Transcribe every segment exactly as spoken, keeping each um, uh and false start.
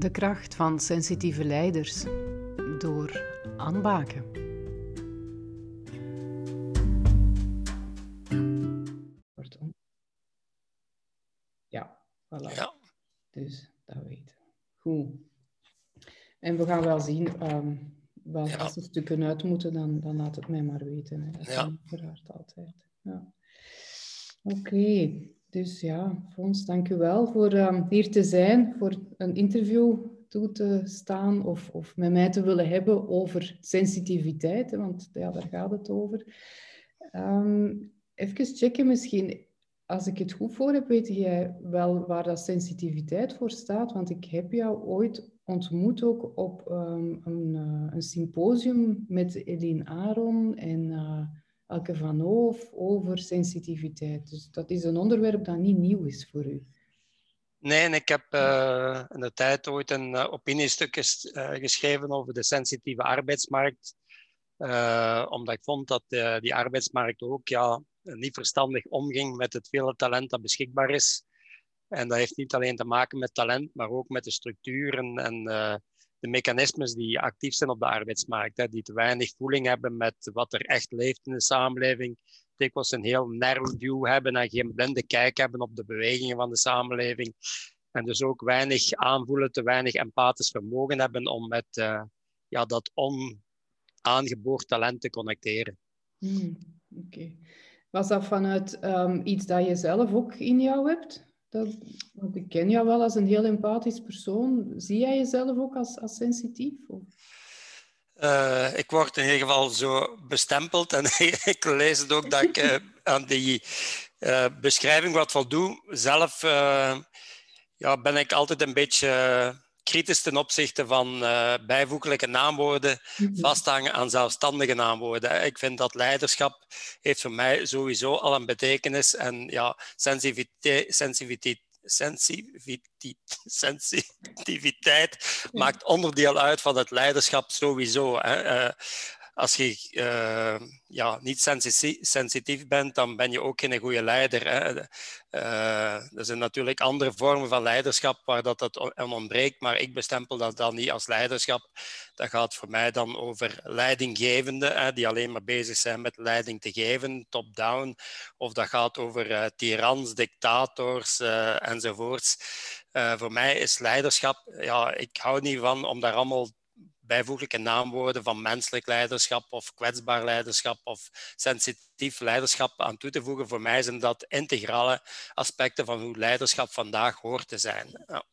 De kracht van sensitieve leiders door Anne Baken. Ja, voilà. Ja. Dus dat weten we. Goed. En we gaan wel zien, um, wel, Ja. als er stukken uit moeten, dan, dan laat het mij maar weten. Hè. Dat Ja. kan uiteraard altijd. Ja. Oké, okay. Dus ja, Fons, dank u wel voor um, hier te zijn, voor een interview toe te staan of, of met mij te willen hebben over sensitiviteit, hè, want ja, daar gaat het over. Um, even checken misschien, als ik het goed voor heb, weet jij wel waar dat sensitiviteit voor staat, want ik heb jou ooit ontmoet ook op um, een, uh, een symposium met Eline Aron en uh, Elke van Hoof over sensitiviteit. Dus dat is een onderwerp dat niet nieuw is voor u. Nee, en ik heb uh, in de tijd ooit een uh, opiniestuk ges, uh, geschreven over de sensitieve arbeidsmarkt. Uh, omdat ik vond dat uh, die arbeidsmarkt ook ja, niet verstandig omging met het vele talent dat beschikbaar is. En dat heeft niet alleen te maken met talent, maar ook met de structuren en uh, de mechanismes die actief zijn op de arbeidsmarkt. Hè, die te weinig voeling hebben met wat er echt leeft in de samenleving. Dikwijls een heel narrow view hebben en geen blinde kijk hebben op de bewegingen van de samenleving. En dus ook weinig aanvoelen, te weinig empathisch vermogen hebben om met uh, ja, dat onaangeboord talent te connecteren. Hmm, Oké. Okay. Was dat vanuit um, iets dat je zelf ook in jou hebt? Dat, want ik ken jou wel als een heel empathisch persoon. Zie jij jezelf ook als, als sensitief? Of? Uh, ik word in ieder geval zo bestempeld en ik lees het ook dat ik uh, aan die uh, beschrijving wat voldoe. Zelf uh, ja, ben ik altijd een beetje uh, kritisch ten opzichte van uh, bijvoeglijke naamwoorden mm-hmm. vasthangen aan zelfstandige naamwoorden. Ik vind dat leiderschap heeft voor mij sowieso al een betekenis en ja, sensitiviteit, sensitiviteit Sensitiviteit, sensitiviteit ja. maakt onderdeel uit van het leiderschap sowieso. Hè. Uh, als je uh, ja, niet sensi- sensitief bent, dan ben je ook geen goede leider. Hè. Uh, er zijn natuurlijk andere vormen van leiderschap waar dat, dat aan ontbreekt, maar ik bestempel dat dan niet als leiderschap. Dat gaat voor mij dan over leidinggevenden, hè, die alleen maar bezig zijn met leiding te geven, top-down. Of dat gaat over uh, tirans, dictators uh, enzovoorts. Uh, voor mij is leiderschap, ja, ik hou niet van om daar allemaal bijvoeglijke naamwoorden van menselijk leiderschap of kwetsbaar leiderschap of sensitief leiderschap aan toe te voegen. Voor mij zijn dat integrale aspecten van hoe leiderschap vandaag hoort te zijn. Ja.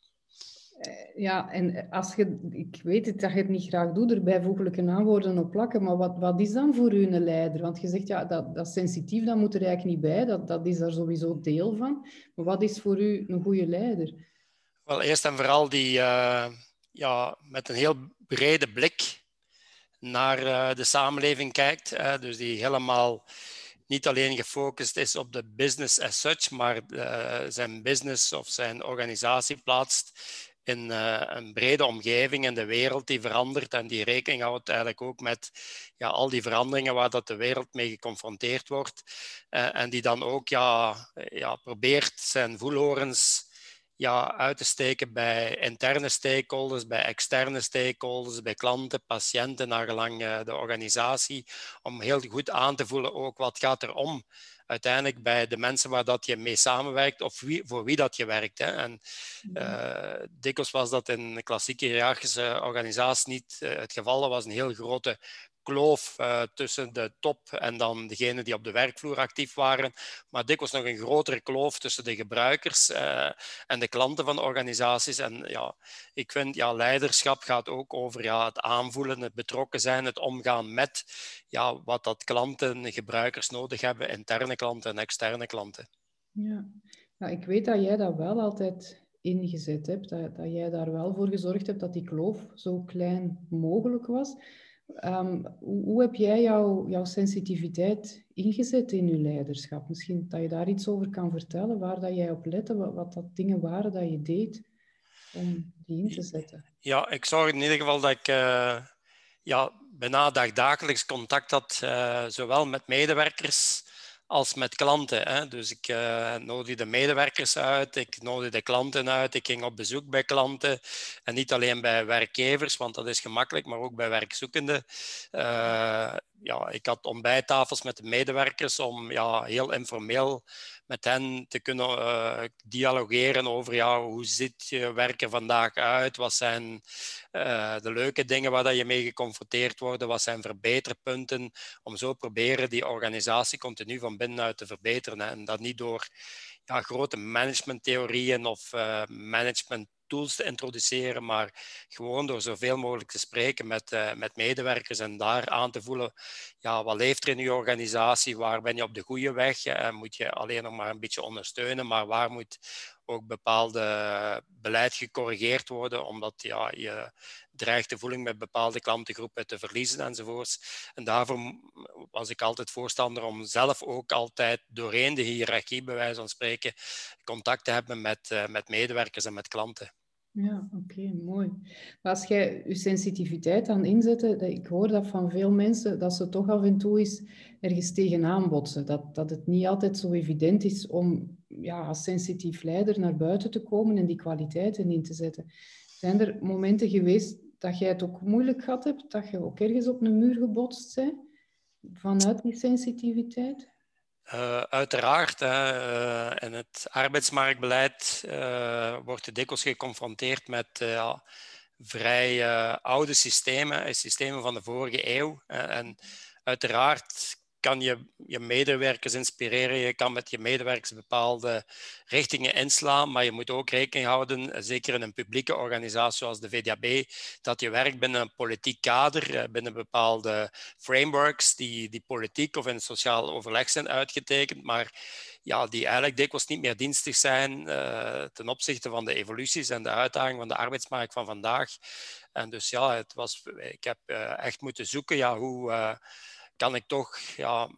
Ja, en als je, ik weet het dat je het niet graag doet, er bijvoeglijke naamwoorden op plakken, maar wat, wat is dan voor u een leider? Want je zegt, ja, dat, dat sensitief, dat moet er eigenlijk niet bij, dat, dat is daar sowieso deel van. Maar wat is voor u een goede leider? Wel, eerst en vooral die uh, ja, met een heel brede blik naar uh, de samenleving kijkt. Uh, dus die helemaal niet alleen gefocust is op de business as such, maar uh, zijn business of zijn organisatie plaatst in uh, een brede omgeving en de wereld die verandert en die rekening houdt eigenlijk ook met ja, al die veranderingen waar dat de wereld mee geconfronteerd wordt. Uh, en die dan ook ja, ja, probeert zijn voelhorens ja, uit te steken bij interne stakeholders, bij externe stakeholders, bij klanten, patiënten, naar gelang uh, de organisatie, om heel goed aan te voelen ook wat gaat er om uiteindelijk bij de mensen waar dat je mee samenwerkt of wie, voor wie dat je werkt. Hè. En uh, dikwijls was dat in een klassieke hiërarchische organisatie niet uh, het geval. Dat was een heel grote kloof uh, tussen de top en dan degenen die op de werkvloer actief waren, maar dikwijls nog een grotere kloof tussen de gebruikers uh, en de klanten van organisaties. En ja, ik vind ja, leiderschap gaat ook over ja, het aanvoelen, het betrokken zijn, het omgaan met ja, wat dat klanten, gebruikers nodig hebben, interne klanten en externe klanten. Ja, nou, ik weet dat jij dat wel altijd ingezet hebt, dat, dat jij daar wel voor gezorgd hebt dat die kloof zo klein mogelijk was. Um, hoe, hoe heb jij jou, jouw sensitiviteit ingezet in je leiderschap? Misschien dat je daar iets over kan vertellen, waar dat jij op lette, wat, wat dat dingen waren dat je deed om die in te zetten. Ja, ik zorg in ieder geval dat ik uh, ja, bijna dagdagelijks contact had, uh, zowel met medewerkers als met klanten. Hè. Dus ik uh, nodig de medewerkers uit, ik nodig de klanten uit, ik ging op bezoek bij klanten. En niet alleen bij werkgevers, want dat is gemakkelijk, maar ook bij werkzoekenden. Uh, ja, ik had ontbijttafels met de medewerkers om ja, heel informeel met hen te kunnen uh, dialogeren over ja, hoe ziet je werk er vandaag uit, wat zijn uh, de leuke dingen waar dat je mee geconfronteerd wordt, wat zijn verbeterpunten, om zo proberen die organisatie continu van binnenuit te verbeteren. Hè. En dat niet door ja, grote managementtheorieën of uh, management tools te introduceren, maar gewoon door zoveel mogelijk te spreken met, uh, met medewerkers en daar aan te voelen, ja, wat leeft er in je organisatie, waar ben je op de goede weg, uh, moet je alleen nog maar een beetje ondersteunen, maar waar moet ook bepaalde beleid gecorrigeerd worden, omdat ja, je dreigt de voeling met bepaalde klantengroepen te verliezen enzovoorts. En daarvoor was ik altijd voorstander om zelf ook altijd doorheen de hiërarchie, bij wijze van spreken, contact te hebben met, uh, met medewerkers en met klanten. Ja, oké, okay, mooi. Maar als jij je sensitiviteit aan inzet, ik hoor dat van veel mensen, dat ze toch af en toe eens ergens tegenaan botsen. Dat, dat het niet altijd zo evident is om ja, als sensitief leider naar buiten te komen en die kwaliteiten in te zetten. Zijn er momenten geweest dat jij het ook moeilijk gehad hebt, dat je ook ergens op een muur gebotst bent vanuit die sensitiviteit? Uh, uiteraard, hè, uh, in het arbeidsmarktbeleid uh, wordt je dikwijls geconfronteerd met uh, vrij uh, oude systemen, systemen van de vorige eeuw. Uh, en uiteraard kan je je medewerkers inspireren, je kan met je medewerkers bepaalde richtingen inslaan, maar je moet ook rekening houden, zeker in een publieke organisatie zoals de V D A B, dat je werkt binnen een politiek kader, binnen bepaalde frameworks die, die politiek of in het sociaal overleg zijn uitgetekend, maar ja, die eigenlijk dikwijls niet meer dienstig zijn uh, ten opzichte van de evoluties en de uitdagingen van de arbeidsmarkt van vandaag. En dus ja, het was, ik heb uh, echt moeten zoeken, ja, hoe uh, kan ik toch ja,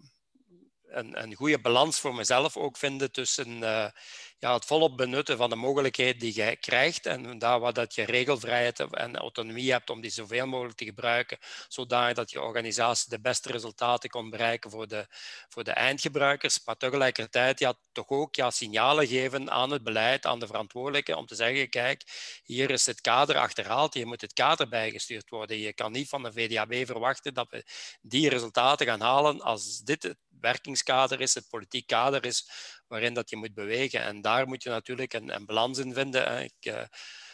een, een goede balans voor mezelf ook vinden tussen uh, ja, het volop benutten van de mogelijkheden die je krijgt en daar waar dat je regelvrijheid en autonomie hebt om die zoveel mogelijk te gebruiken, zodat je organisatie de beste resultaten kon bereiken voor de, voor de eindgebruikers, maar tegelijkertijd ja, toch ook ja, signalen geven aan het beleid, aan de verantwoordelijken, om te zeggen, kijk, hier is het kader achterhaald, hier moet het kader bijgestuurd worden. Je kan niet van de V D A B verwachten dat we die resultaten gaan halen als dit het werkingskader is, het politiek kader is, waarin dat je moet bewegen. En daar moet je natuurlijk een, een balans in vinden. Ik, uh,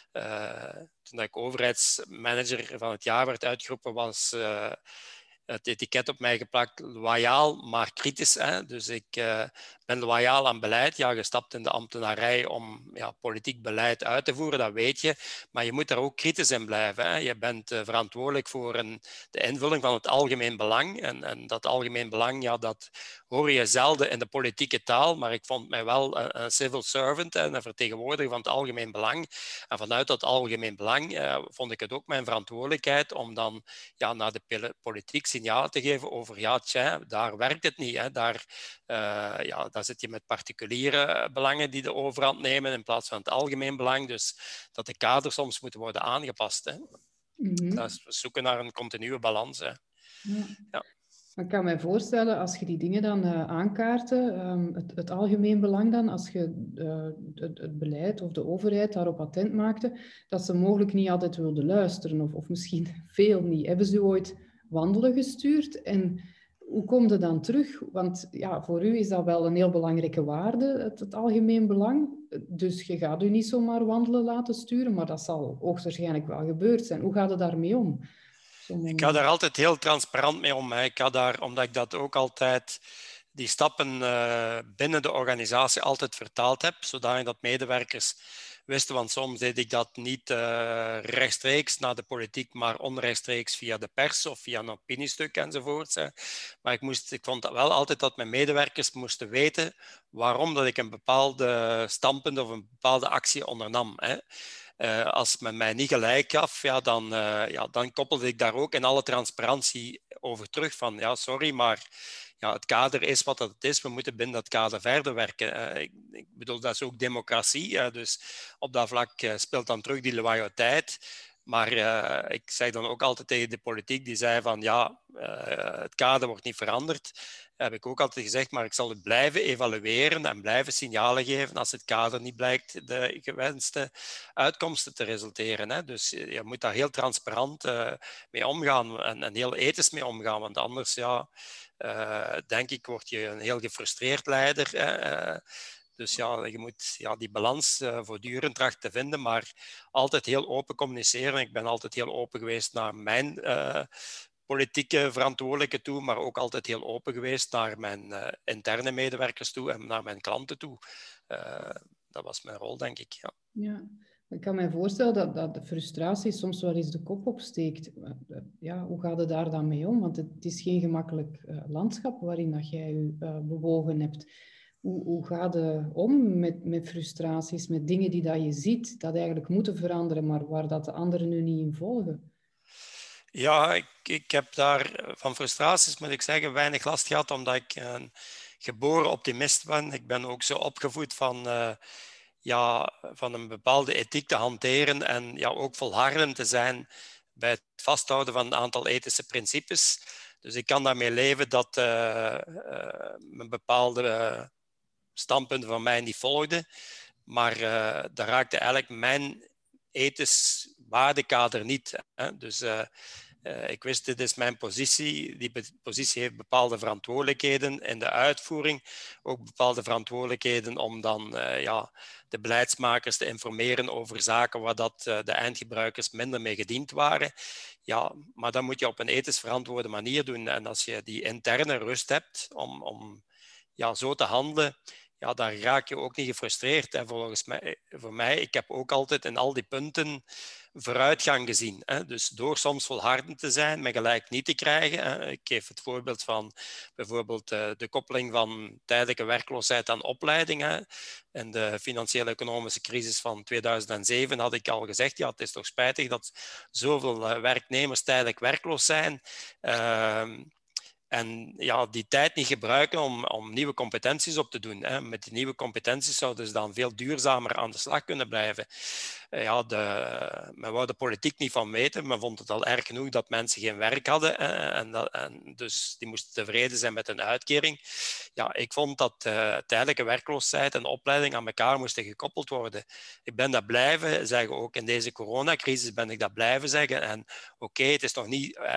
uh, toen ik overheidsmanager van het jaar werd uitgeroepen, was uh, het etiket op mij geplakt, loyaal, maar kritisch. Hè? Dus ik uh, ben loyaal aan beleid. Ja, gestapt in de ambtenarij om ja, politiek beleid uit te voeren, dat weet je. Maar je moet daar ook kritisch in blijven. Hè? Je bent uh, verantwoordelijk voor een, de invulling van het algemeen belang. En, en dat algemeen belang, ja, dat hoor je zelden in de politieke taal, maar ik vond mij wel een, een civil servant en een vertegenwoordiger van het algemeen belang. En vanuit dat algemeen belang uh, vond ik het ook mijn verantwoordelijkheid om dan ja, naar de politiek signalen te geven over, ja, tja, daar werkt het niet. Hè. Daar, uh, ja, daar zit je met particuliere belangen die de overhand nemen in plaats van het algemeen belang. Dus dat de kaders soms moeten worden aangepast. Hè. Mm-hmm. Dat is, we zoeken naar een continue balans. Hè. Ja. Ja. Ik kan me voorstellen, als je die dingen dan uh, aankaarten, um, het, het algemeen belang dan, als je uh, het, het beleid of de overheid daarop attent maakte, dat ze mogelijk niet altijd wilden luisteren, of, of misschien veel niet. Hebben ze u ooit wandelen gestuurd? En hoe komt het dan terug? Want ja, voor u is dat wel een heel belangrijke waarde, het, het algemeen belang. Dus je gaat u niet zomaar wandelen laten sturen, maar dat zal hoogstwaarschijnlijk wel gebeurd zijn. Hoe gaat het daarmee om? Ik ga daar altijd heel transparant mee om. Hè. Ik ga daar, omdat ik dat ook altijd, die stappen uh, binnen de organisatie altijd vertaald heb, zodat medewerkers wisten, want soms deed ik dat niet uh, rechtstreeks naar de politiek, maar onrechtstreeks via de pers of via een opiniestuk enzovoort. Hè. Maar ik, moest, ik vond dat wel altijd dat mijn medewerkers moesten weten waarom dat ik een bepaalde standpunt of een bepaalde actie ondernam. Hè. Uh, als men mij niet gelijk gaf, ja, dan, uh, ja, dan koppelde ik daar ook in alle transparantie over terug van, ja, sorry, maar ja, het kader is wat het is. We moeten binnen dat kader verder werken. Uh, ik, ik bedoel, dat is ook democratie. Uh, dus op dat vlak uh, speelt dan terug die loyaliteit. Maar uh, ik zeg dan ook altijd tegen de politiek, die zei van ja, uh, het kader wordt niet veranderd. Heb ik ook altijd gezegd, maar ik zal het blijven evalueren en blijven signalen geven als het kader niet blijkt de gewenste uitkomsten te resulteren. Hè. Dus je moet daar heel transparant uh, mee omgaan en, en heel ethisch mee omgaan, want anders, ja, uh, denk ik, word je een heel gefrustreerd leider. Uh, Dus ja, je moet ja, die balans uh, voortdurend trachten te vinden, maar altijd heel open communiceren. Ik ben altijd heel open geweest naar mijn uh, politieke verantwoordelijke toe, maar ook altijd heel open geweest naar mijn uh, interne medewerkers toe en naar mijn klanten toe. Uh, dat was mijn rol, denk ik. Ja. Ja. Ik kan me voorstellen dat, dat de frustratie soms wel eens de kop opsteekt. Ja, hoe gaat het daar dan mee om? Want het is geen gemakkelijk uh, landschap waarin dat jij je uh, bewogen hebt. Hoe, hoe gaat het om met, met frustraties, met dingen die dat je ziet, dat eigenlijk moeten veranderen, maar waar dat de anderen nu niet in volgen? Ja, ik, ik heb daar van frustraties, moet ik zeggen, weinig last gehad, omdat ik een geboren optimist ben. Ik ben ook zo opgevoed van... Uh, ja, van een bepaalde ethiek te hanteren en ja, ook volhardend te zijn bij het vasthouden van een aantal ethische principes. Dus ik kan daarmee leven dat uh, uh, een bepaalde uh, standpunten van mij niet volgden, maar uh, dat raakte eigenlijk mijn ethisch waardekader niet. Hè? Dus uh, uh, ik wist, dit is mijn positie. Die positie heeft bepaalde verantwoordelijkheden in de uitvoering. Ook bepaalde verantwoordelijkheden om dan uh, ja, de beleidsmakers te informeren over zaken waar dat, uh, de eindgebruikers minder mee gediend waren. Ja, maar dat moet je op een ethisch verantwoorde manier doen. En als je die interne rust hebt om, om ja, zo te handelen, ja, dan raak je ook niet gefrustreerd. En volgens mij, voor mij, ik heb ook altijd in al die punten vooruitgang gezien. Hè. Dus door soms volhardend te zijn, maar gelijk niet te krijgen. Hè. Ik geef het voorbeeld van bijvoorbeeld uh, de koppeling van tijdelijke werkloosheid aan opleiding. Hè. In de financiële economische crisis van tweeduizend zeven had ik al gezegd, ja, het is toch spijtig dat zoveel uh, werknemers tijdelijk werkloos zijn. Uh, En ja, die tijd niet gebruiken om, om nieuwe competenties op te doen. Hè. Met die nieuwe competenties zouden ze dan veel duurzamer aan de slag kunnen blijven. Uh, ja, de, men wou de politiek niet van weten. Men vond het al erg genoeg dat mensen geen werk hadden. Hè, en, dat, en dus die moesten tevreden zijn met een uitkering. Ja, ik vond dat uh, tijdelijke werkloosheid en opleiding aan elkaar moesten gekoppeld worden. Ik ben dat blijven zeggen. Ook in deze coronacrisis ben ik dat blijven zeggen. En oké, okay, het is nog niet... Uh,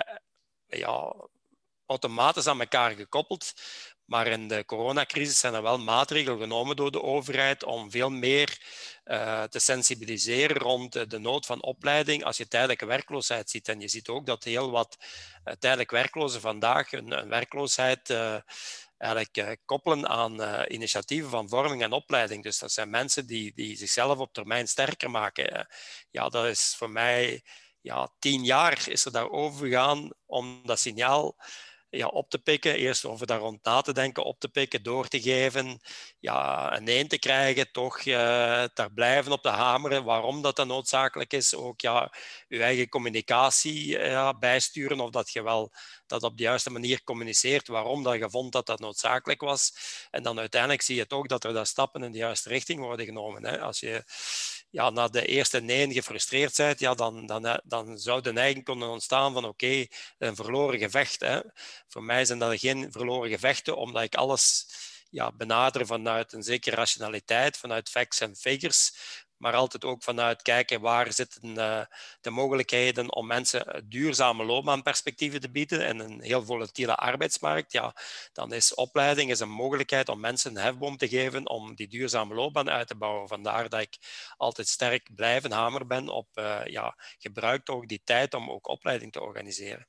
ja, automatisch aan elkaar gekoppeld. Maar in de coronacrisis zijn er wel maatregelen genomen door de overheid om veel meer uh, te sensibiliseren rond de nood van opleiding als je tijdelijke werkloosheid ziet. En je ziet ook dat heel wat uh, tijdelijk werklozen vandaag een, een werkloosheid uh, eigenlijk uh, koppelen aan uh, initiatieven van vorming en opleiding. Dus dat zijn mensen die, die zichzelf op termijn sterker maken. Uh, ja, dat is voor mij... Ja, tien jaar is er daarover gegaan om dat signaal ja, op te pikken. Eerst over daar rond na te denken, op te pikken, door te geven. Ja, een nee te krijgen, toch uh, daar blijven op te hameren. Waarom dat dan noodzakelijk is. Ook ja, je eigen communicatie ja, bijsturen. Of dat je wel dat op de juiste manier communiceert. Waarom dat je vond dat dat noodzakelijk was. En dan uiteindelijk zie je toch dat er daar stappen in de juiste richting worden genomen. Hè. Als je ja, na de eerste nee gefrustreerd bent, ja, dan, dan, dan zou de neiging kunnen ontstaan van oké, okay, een verloren gevecht. Hè. Voor mij zijn dat geen verloren gevechten, omdat ik alles ja, benader vanuit een zekere rationaliteit, vanuit facts en figures, maar altijd ook vanuit kijken waar zitten uh, de mogelijkheden om mensen duurzame loopbaanperspectieven te bieden en een heel volatiele arbeidsmarkt. Ja, dan is opleiding is een mogelijkheid om mensen een hefboom te geven om die duurzame loopbaan uit te bouwen. Vandaar dat ik altijd sterk blijven hamer ben op uh, ja, gebruik toch die tijd om ook opleiding te organiseren.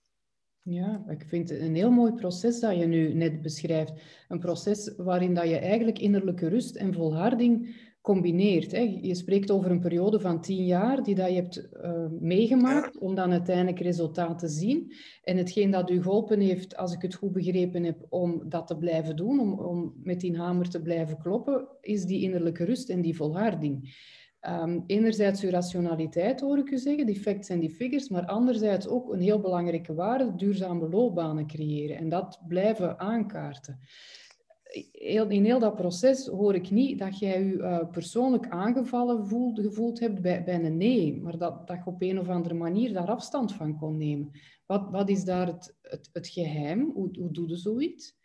Ja, ik vind het een heel mooi proces dat je nu net beschrijft. Een proces waarin dat je eigenlijk innerlijke rust en volharding combineert. Hè. Je spreekt over een periode van tien jaar die dat je hebt uh, meegemaakt om dan uiteindelijk resultaat te zien. En hetgeen dat u geholpen heeft, als ik het goed begrepen heb, om dat te blijven doen, om, om met die hamer te blijven kloppen, is die innerlijke rust en die volharding. Um, enerzijds uw rationaliteit, hoor ik u zeggen, die facts en die figures, maar anderzijds ook een heel belangrijke waarde, duurzame loopbanen creëren en dat blijven aankaarten. heel, in heel dat proces hoor ik niet dat jij je uh, persoonlijk aangevallen voelt, gevoeld hebt bij, bij een nee, maar dat, dat je op een of andere manier daar afstand van kon nemen. Wat, wat is daar het, het, het geheim? Hoe, hoe doe je zoiets?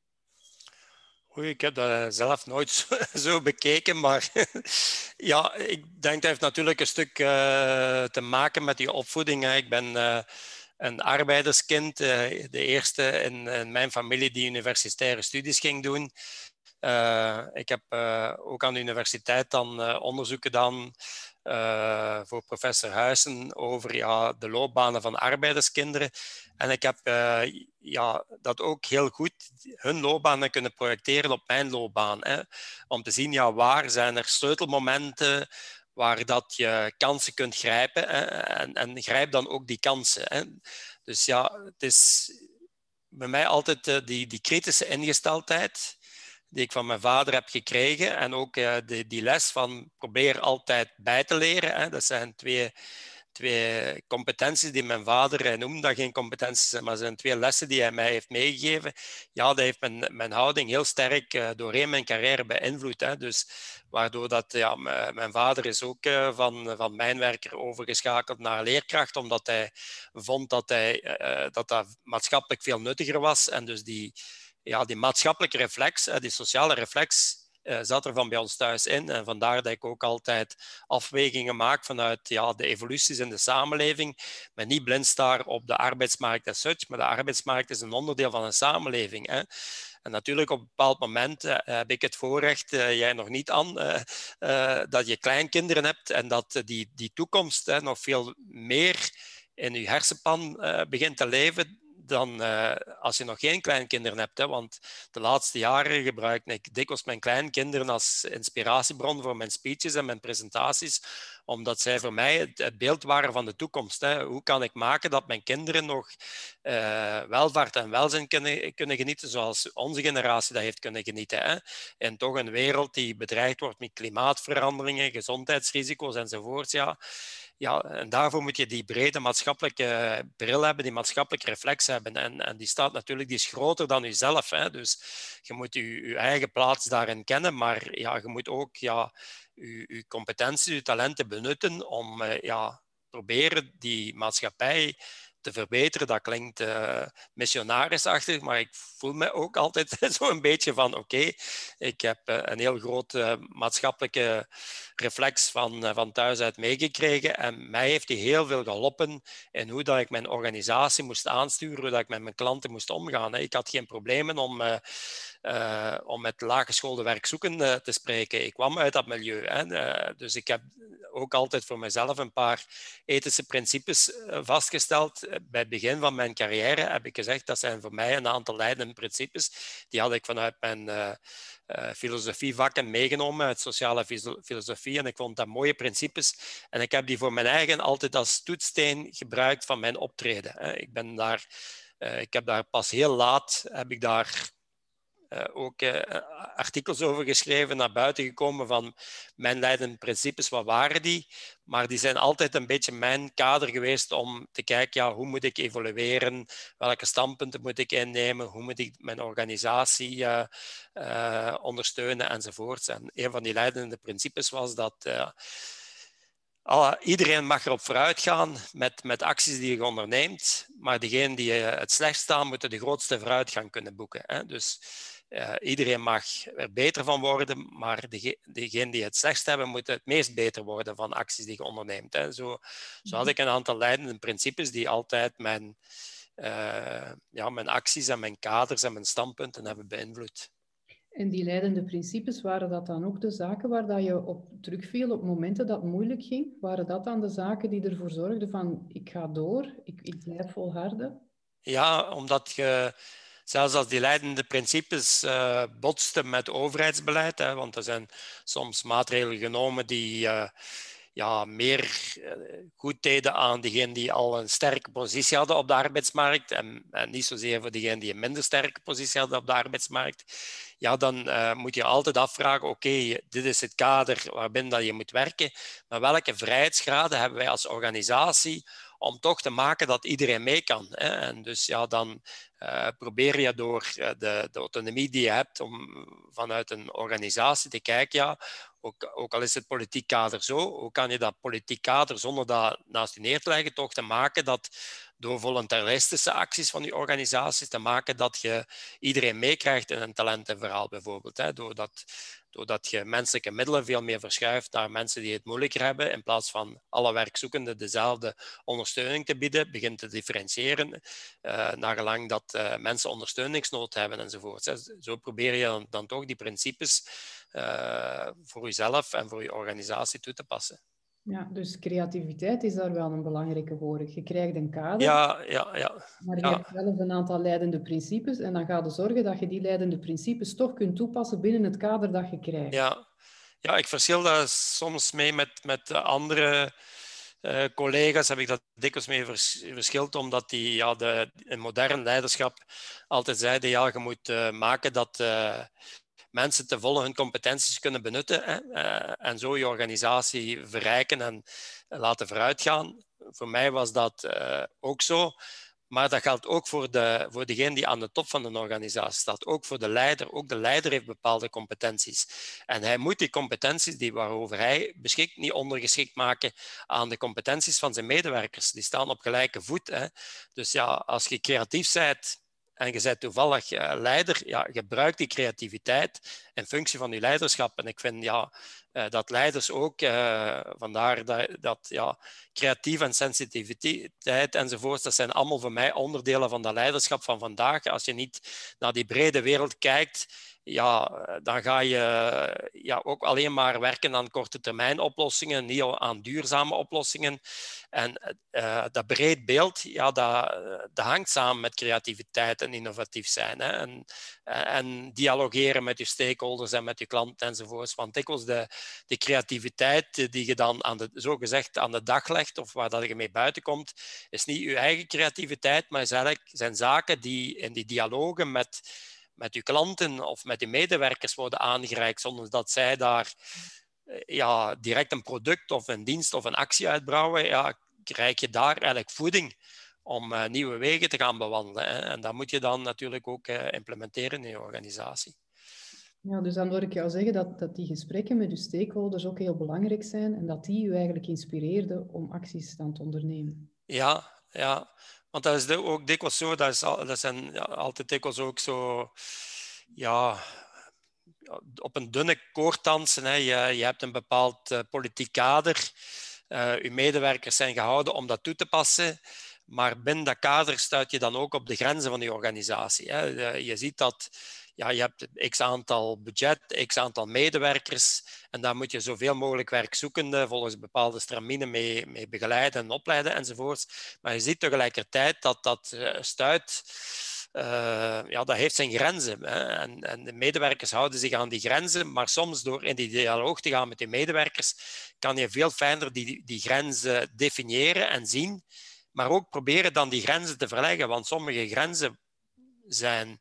Oei, ik heb dat zelf nooit zo, zo bekeken, maar ja, ik denk dat heeft natuurlijk een stuk uh, te maken met die opvoeding. Hè. Ik ben uh, een arbeiderskind, uh, de eerste in, in mijn familie die universitaire studies ging doen. Uh, ik heb uh, ook aan de universiteit dan uh, onderzoek gedaan uh, voor professor Huyssen over ja, de loopbanen van arbeiderskinderen. En ik heb uh, ja, dat ook heel goed, hun loopbanen kunnen projecteren op mijn loopbaan. Hè. Om te zien, ja, waar zijn er sleutelmomenten waar dat je kansen kunt grijpen. Hè. En, en grijp dan ook die kansen. Hè. Dus ja, het is bij mij altijd uh, die, die kritische ingesteldheid die ik van mijn vader heb gekregen. En ook uh, die, die les van probeer altijd bij te leren. Hè. Dat zijn twee, twee competenties die mijn vader, hij noemde dat geen competenties, maar dat zijn twee lessen die hij mij heeft meegegeven. Ja, dat heeft mijn, mijn houding heel sterk uh, doorheen mijn carrière beïnvloed. Hè. Dus waardoor dat, ja, mijn vader is ook uh, van, van mijnwerker overgeschakeld naar leerkracht, omdat hij vond dat, hij, uh, dat dat maatschappelijk veel nuttiger was. En dus die Ja, die maatschappelijke reflex, die sociale reflex, uh, zat er van bij ons thuis in. En vandaar dat ik ook altijd afwegingen maak vanuit ja, de evoluties in de samenleving, maar niet blind staar op de arbeidsmarkt as such, maar de arbeidsmarkt is een onderdeel van een samenleving. Hè. En natuurlijk op een bepaald moment uh, heb ik het voorrecht, uh, jij nog niet aan, uh, uh, dat je kleinkinderen hebt en dat uh, die, die toekomst uh, nog veel meer in je hersenpan uh, begint te leven dan uh, als je nog geen kleinkinderen hebt. Hè, want de laatste jaren gebruik ik dikwijls mijn kleinkinderen als inspiratiebron voor mijn speeches en mijn presentaties, omdat zij voor mij het, het beeld waren van de toekomst. Hè. Hoe kan ik maken dat mijn kinderen nog uh, welvaart en welzijn kunnen, kunnen genieten zoals onze generatie dat heeft kunnen genieten. Hè. En toch een wereld die bedreigd wordt met klimaatveranderingen, gezondheidsrisico's enzovoort. Ja. Ja, en daarvoor moet je die brede maatschappelijke bril hebben, die maatschappelijke reflex hebben. En, en die staat natuurlijk, die is groter dan jezelf. Hè. Dus je moet je, je eigen plaats daarin kennen, maar ja, je moet ook ja, je, je competenties, je talenten benutten om uh, ja, proberen die maatschappij te verbeteren. Dat klinkt uh, missionarisachtig, maar ik voel me ook altijd zo'n beetje van oké, okay, ik heb uh, een heel grote uh, maatschappelijke reflex van, uh, van thuis uit meegekregen en mij heeft die heel veel geholpen in hoe dat ik mijn organisatie moest aansturen, hoe dat ik met mijn klanten moest omgaan. Hè. Ik had geen problemen om, uh, uh, om met laaggeschoolde werkzoekenden uh, te spreken. Ik kwam uit dat milieu. Hè. Uh, dus ik heb ook altijd voor mezelf een paar ethische principes uh, vastgesteld. Bij het begin van mijn carrière heb ik gezegd, dat zijn voor mij een aantal leidende principes. Die had ik vanuit mijn uh, uh, filosofievakken meegenomen, uit sociale filosofie. En ik vond dat mooie principes. En ik heb die voor mijn eigen altijd als toetssteen gebruikt van mijn optreden. Ik ben daar, uh, ik heb daar pas heel laat, heb ik daar Uh, ook uh, artikels over geschreven, naar buiten gekomen van mijn leidende principes, wat waren die? Maar die zijn altijd een beetje mijn kader geweest om te kijken, ja, hoe moet ik evolueren? Welke standpunten moet ik innemen? Hoe moet ik mijn organisatie uh, uh, ondersteunen? Enzovoort. En een van die leidende principes was dat uh, Uh, iedereen mag erop vooruit gaan met, met acties die je onderneemt, maar degenen die uh, het slechtst staan, moeten de grootste vooruitgang kunnen boeken. Hè? Dus uh, iedereen mag er beter van worden, maar dege, degenen die het slechtst hebben, moeten het meest beter worden van acties die je onderneemt. Hè? Zo, zo had ik een aantal leidende principes die altijd mijn, uh, ja, mijn acties en mijn kaders en mijn standpunten hebben beïnvloed. En die leidende principes, waren dat dan ook de zaken waar dat je op terugviel op momenten dat het moeilijk ging? Waren dat dan de zaken die ervoor zorgden van ik ga door, ik, ik blijf volharden? Ja, omdat je zelfs als die leidende principes uh, botsten met overheidsbeleid, hè, want er zijn soms maatregelen genomen die uh, ja, meer uh, goed deden aan diegenen die al een sterke positie hadden op de arbeidsmarkt en, en niet zozeer voor diegenen die een minder sterke positie hadden op de arbeidsmarkt. Ja, dan uh, moet je altijd afvragen, oké, okay, dit is het kader waarbinnen dat je moet werken, maar welke vrijheidsgraden hebben wij als organisatie om toch te maken dat iedereen mee kan. Hè. En dus ja, dan uh, probeer je door de, de autonomie die je hebt om vanuit een organisatie te kijken, ja, ook, ook al is het politiek kader zo, hoe kan je dat politiek kader zonder dat naast je neer te leggen toch te maken dat door voluntaristische acties van die organisaties te maken dat je iedereen meekrijgt in een talentenverhaal bijvoorbeeld. Hè. Doordat, doordat je menselijke middelen veel meer verschuift naar mensen die het moeilijker hebben, in plaats van alle werkzoekenden dezelfde ondersteuning te bieden, begint te differentiëren, uh, naar gelang dat uh, mensen ondersteuningsnood hebben enzovoort. Hè. Zo probeer je dan, dan toch die principes uh, voor jezelf en voor je organisatie toe te passen. Ja, dus creativiteit is daar wel een belangrijke voor. Je krijgt een kader, ja, ja, ja. maar je ja. hebt zelf een aantal leidende principes en dan ga je zorgen dat je die leidende principes toch kunt toepassen binnen het kader dat je krijgt. Ja, ja ik verschil daar soms mee met, met andere uh, collega's, heb ik dat dikwijls mee vers, verschild, omdat die ja, de, in modern leiderschap altijd zeiden, ja, je moet uh, maken dat... Uh, mensen te volle hun competenties kunnen benutten hè, uh, en zo je organisatie verrijken en laten vooruitgaan. Voor mij was dat uh, ook zo. Maar dat geldt ook voor, de, voor degene die aan de top van een organisatie staat. Ook voor de leider. Ook de leider heeft bepaalde competenties. En hij moet die competenties die waarover hij beschikt niet ondergeschikt maken aan de competenties van zijn medewerkers. Die staan op gelijke voet. Hè. Dus ja, als je creatief bent en je bent toevallig uh, leider, ja, gebruik die creativiteit in functie van je leiderschap. En ik vind ja, uh, dat leiders ook, uh, vandaar dat, dat ja, creatief en sensitiviteit enzovoort, dat zijn allemaal voor mij onderdelen van dat leiderschap van vandaag. Als je niet naar die brede wereld kijkt, ja, dan ga je ja, ook alleen maar werken aan korte termijn oplossingen, niet aan duurzame oplossingen. En uh, dat breed beeld, ja, dat, dat hangt samen met creativiteit en innovatief zijn. Hè. En, en dialogeren met je stakeholders en met je klanten enzovoorts. Want dikwijls de, de creativiteit die je dan aan de, zogezegd aan de dag legt, of waar dat je mee buiten komt, is niet je eigen creativiteit, maar is eigenlijk, zijn zaken die in die dialogen met met uw klanten of met uw medewerkers worden aangereikt, zonder dat zij daar ja, direct een product of een dienst of een actie uitbrouwen, ja, krijg je daar eigenlijk voeding om uh, nieuwe wegen te gaan bewandelen. Hè. En dat moet je dan natuurlijk ook uh, implementeren in je organisatie. Ja, dus dan hoor ik jou zeggen dat, dat die gesprekken met je stakeholders ook heel belangrijk zijn en dat die je eigenlijk inspireerden om acties dan te ondernemen. Ja, ja. Want dat is ook dikwijls zo, dat, is, dat zijn ja, altijd dikwijls ook zo, ja, op een dunne koord dansen. Hè. Je, je hebt een bepaald uh, politiek kader. Uh, je medewerkers zijn gehouden om dat toe te passen. Maar binnen dat kader stuit je dan ook op de grenzen van je organisatie. Hè. Uh, je ziet dat ja, je hebt x aantal budget, x aantal medewerkers. En daar moet je zoveel mogelijk werkzoekenden volgens bepaalde straminen mee, mee begeleiden en opleiden enzovoorts. Maar je ziet tegelijkertijd dat dat uh, stuit... Uh, ja, dat heeft zijn grenzen. Hè. En, en de medewerkers houden zich aan die grenzen, maar soms door in die dialoog te gaan met die medewerkers, kan je veel fijner die, die grenzen definiëren en zien, maar ook proberen dan die grenzen te verleggen, want sommige grenzen zijn,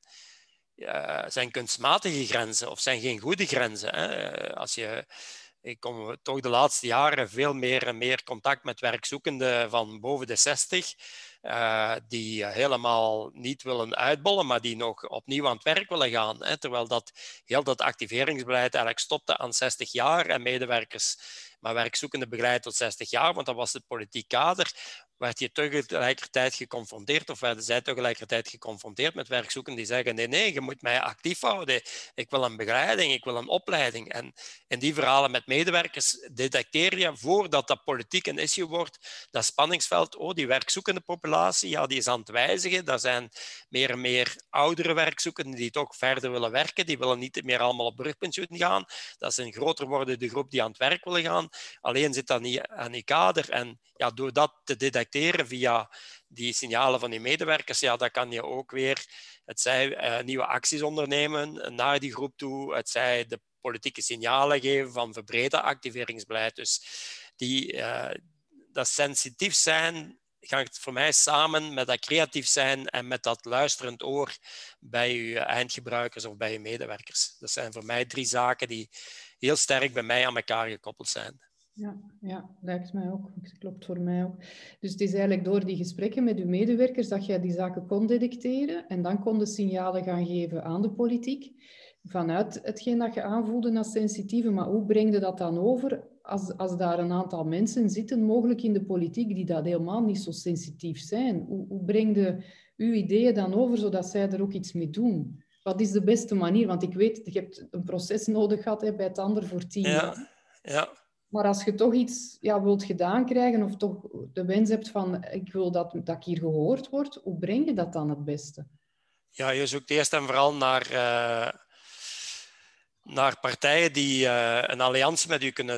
uh, zijn kunstmatige grenzen of zijn geen goede grenzen. Hè. Als je... Ik kom toch de laatste jaren veel meer en meer contact met werkzoekenden van boven de zestig, uh, die helemaal niet willen uitbollen, maar die nog opnieuw aan het werk willen gaan. Hè, terwijl dat heel dat activeringsbeleid eigenlijk stopte aan zestig jaar en medewerkers, maar werkzoekenden begeleid tot zestig jaar, want dat was het politiek kader. Werd je tegelijkertijd geconfronteerd of werden zij tegelijkertijd geconfronteerd met werkzoekenden die zeggen nee, nee, je moet mij actief houden. Ik wil een begeleiding, ik wil een opleiding. En in die verhalen met medewerkers detecteer je, voordat dat politiek een issue wordt, dat spanningsveld, oh, die werkzoekende populatie, ja, die is aan het wijzigen. Er zijn meer en meer oudere werkzoekenden die toch verder willen werken. Die willen niet meer allemaal op brugpensioen gaan. Dat is een groter wordende groep die aan het werk willen gaan. Alleen zit dat niet aan die kader. En ja, door dat te detecteren via die signalen van die medewerkers, ja, dan kan je ook weer, het zij uh, nieuwe acties ondernemen naar die groep toe, het zij de politieke signalen geven van verbreden activeringsbeleid. Dus die, uh, dat sensitief zijn gaat voor mij samen met dat creatief zijn en met dat luisterend oor bij je eindgebruikers of bij je medewerkers. Dat zijn voor mij drie zaken die heel sterk bij mij aan elkaar gekoppeld zijn. Ja, ja, lijkt mij ook. Klopt voor mij ook. Dus het is eigenlijk door die gesprekken met uw medewerkers dat jij die zaken kon detecteren en dan kon de signalen gaan geven aan de politiek vanuit hetgeen dat je aanvoelde als sensitieve. Maar hoe breng je dat dan over als, als daar een aantal mensen zitten, mogelijk in de politiek, die dat helemaal niet zo sensitief zijn? Hoe, hoe breng je uw ideeën dan over, zodat zij er ook iets mee doen? Wat is de beste manier? Want ik weet, je hebt een proces nodig gehad hè, bij het ander voor tien Ja, jaar. ja. Maar als je toch iets ja, wilt gedaan krijgen of toch de wens hebt van ik wil dat, dat ik hier gehoord word, hoe breng je dat dan het beste? Ja, je zoekt eerst en vooral naar, uh, naar partijen die uh, een alliantie met u kunnen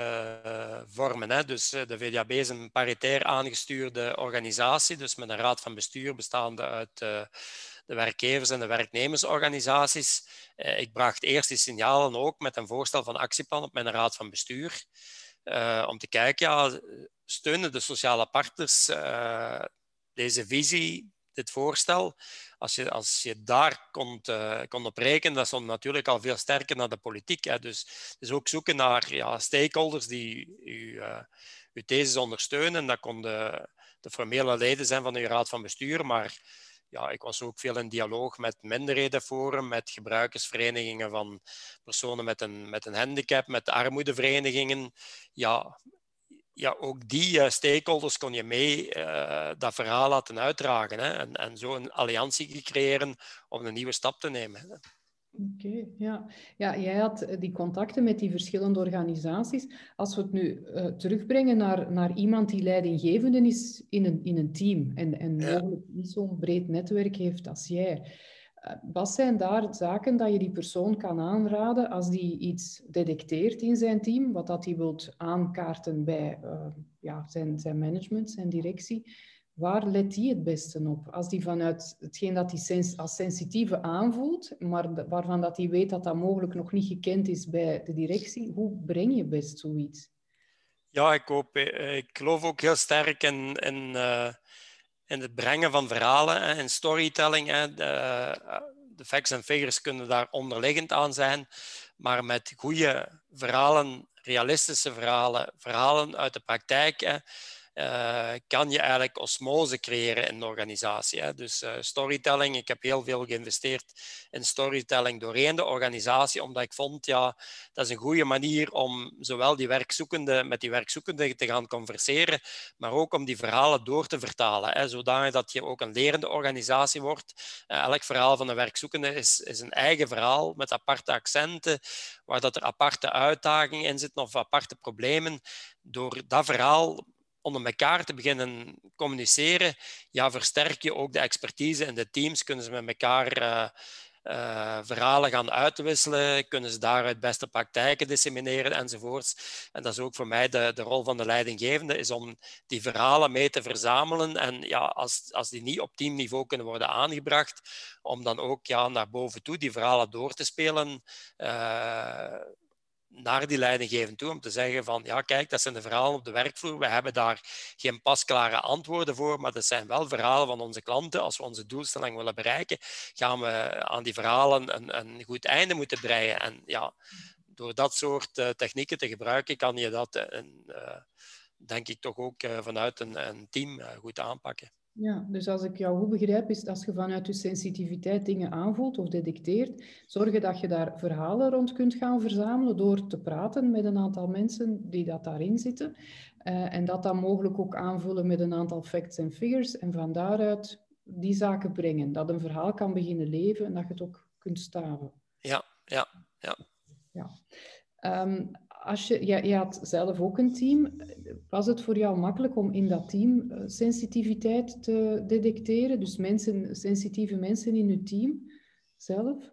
uh, vormen. Hè. Dus uh, de V D A B is een paritair aangestuurde organisatie, dus met een raad van bestuur bestaande uit uh, de werkgevers- en de werknemersorganisaties. Uh, ik bracht eerst die signalen ook met een voorstel van actieplan op mijn raad van bestuur. Uh, om te kijken, ja, steunen de sociale partners uh, deze visie, dit voorstel? Als je, als je daar kon, uh, kon op rekenen, dat stond natuurlijk al veel sterker naar de politiek. Hè. Dus, dus ook zoeken naar ja, stakeholders die u, uh, uw thesis ondersteunen. Dat konden de formele leden zijn van uw raad van bestuur, maar ja, ik was ook veel in dialoog met minderhedenforum, met gebruikersverenigingen van personen met een, met een handicap, met armoedeverenigingen. Ja, ja, ook die uh, stakeholders kon je mee uh, dat verhaal laten uitdragen, hè, en, en zo een alliantie creëren om een nieuwe stap te nemen. Oké, okay, ja. Ja, jij had die contacten met die verschillende organisaties. Als we het nu uh, terugbrengen naar, naar iemand die leidinggevende is in een, in een team en, en Ja. mogelijk niet zo'n breed netwerk heeft als jij. Uh, wat zijn daar zaken dat je die persoon kan aanraden als die iets detecteert in zijn team, wat dat hij wilt aankaarten bij uh, ja, zijn, zijn management, zijn directie? Waar let die het beste op? Als die vanuit hetgeen dat hij sens als sensitieve aanvoelt, maar de, waarvan dat hij weet dat dat mogelijk nog niet gekend is bij de directie, hoe breng je best zoiets? Ja, ik, hoop, ik geloof ook heel sterk in, in, uh, in het brengen van verhalen en storytelling. Hè. De, de facts en figures kunnen daar onderliggend aan zijn, maar met goede verhalen, realistische verhalen, verhalen uit de praktijk, hè, Uh, kan je eigenlijk osmose creëren in de organisatie. Hè? Dus uh, storytelling, ik heb heel veel geïnvesteerd in storytelling doorheen de organisatie, omdat ik vond, ja, dat is een goede manier om zowel die werkzoekenden met die werkzoekenden te gaan converseren, maar ook om die verhalen door te vertalen, hè? Zodanig dat je ook een lerende organisatie wordt. Uh, elk verhaal van een werkzoekende is, is een eigen verhaal met aparte accenten, waar dat er aparte uitdagingen in zitten of aparte problemen. Door dat verhaal onder elkaar te beginnen communiceren, ja, versterk je ook de expertise in de teams. Kunnen ze met elkaar uh, uh, verhalen gaan uitwisselen, kunnen ze daaruit beste praktijken dissemineren enzovoorts. En dat is ook voor mij de, de rol van de leidinggevende, is om die verhalen mee te verzamelen en ja, als, als die niet op teamniveau kunnen worden aangebracht, om dan ook ja, naar boven toe die verhalen door te spelen, uh, naar die leidinggevende toe, om te zeggen van, ja, kijk, dat zijn de verhalen op de werkvloer. We hebben daar geen pasklare antwoorden voor, maar dat zijn wel verhalen van onze klanten. Als we onze doelstelling willen bereiken, gaan we aan die verhalen een, een goed einde moeten breien. En ja, door dat soort uh, technieken te gebruiken, kan je dat, uh, uh, denk ik, toch ook uh, vanuit een, een team uh, goed aanpakken. Ja, dus als ik jou goed begrijp, is als je vanuit je sensitiviteit dingen aanvoelt of detecteert, zorgen dat je daar verhalen rond kunt gaan verzamelen door te praten met een aantal mensen die dat daarin zitten. Uh, en dat dan mogelijk ook aanvullen met een aantal facts en figures en van daaruit die zaken brengen. Dat een verhaal kan beginnen leven en dat je het ook kunt staven. Ja, ja, ja. Ja. Um, als je, jij, jij had zelf ook een team. Was het voor jou makkelijk om in dat team uh, sensitiviteit te detecteren? Dus mensen, sensitieve mensen in je team zelf?